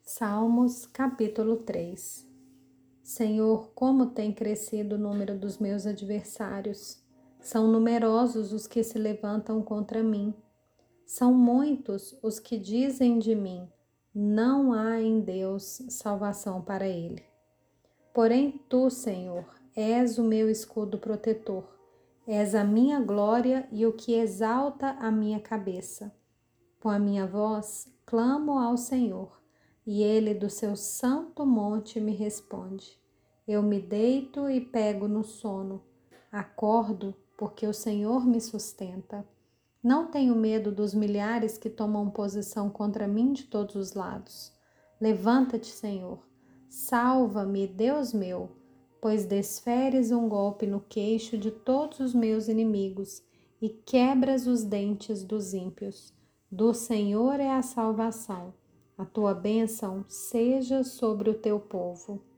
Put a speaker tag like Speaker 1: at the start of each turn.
Speaker 1: Salmos, capítulo 3. Senhor, como tem crescido o número dos meus adversários. São numerosos os que se levantam contra mim. São muitos os que dizem de mim: não há em Deus salvação para ele. Porém tu, Senhor, és o meu escudo protetor. És a minha glória e o que exalta a minha cabeça. Com a minha voz, clamo ao Senhor, e ele do seu santo monte me responde. Eu me deito e pego no sono. Acordo, porque o Senhor me sustenta. Não tenho medo dos milhares que tomam posição contra mim de todos os lados. Levanta-te, Senhor. Salva-me, Deus meu, pois desferes um golpe no queixo de todos os meus inimigos e quebras os dentes dos ímpios. Do Senhor é a salvação. A tua bênção seja sobre o teu povo.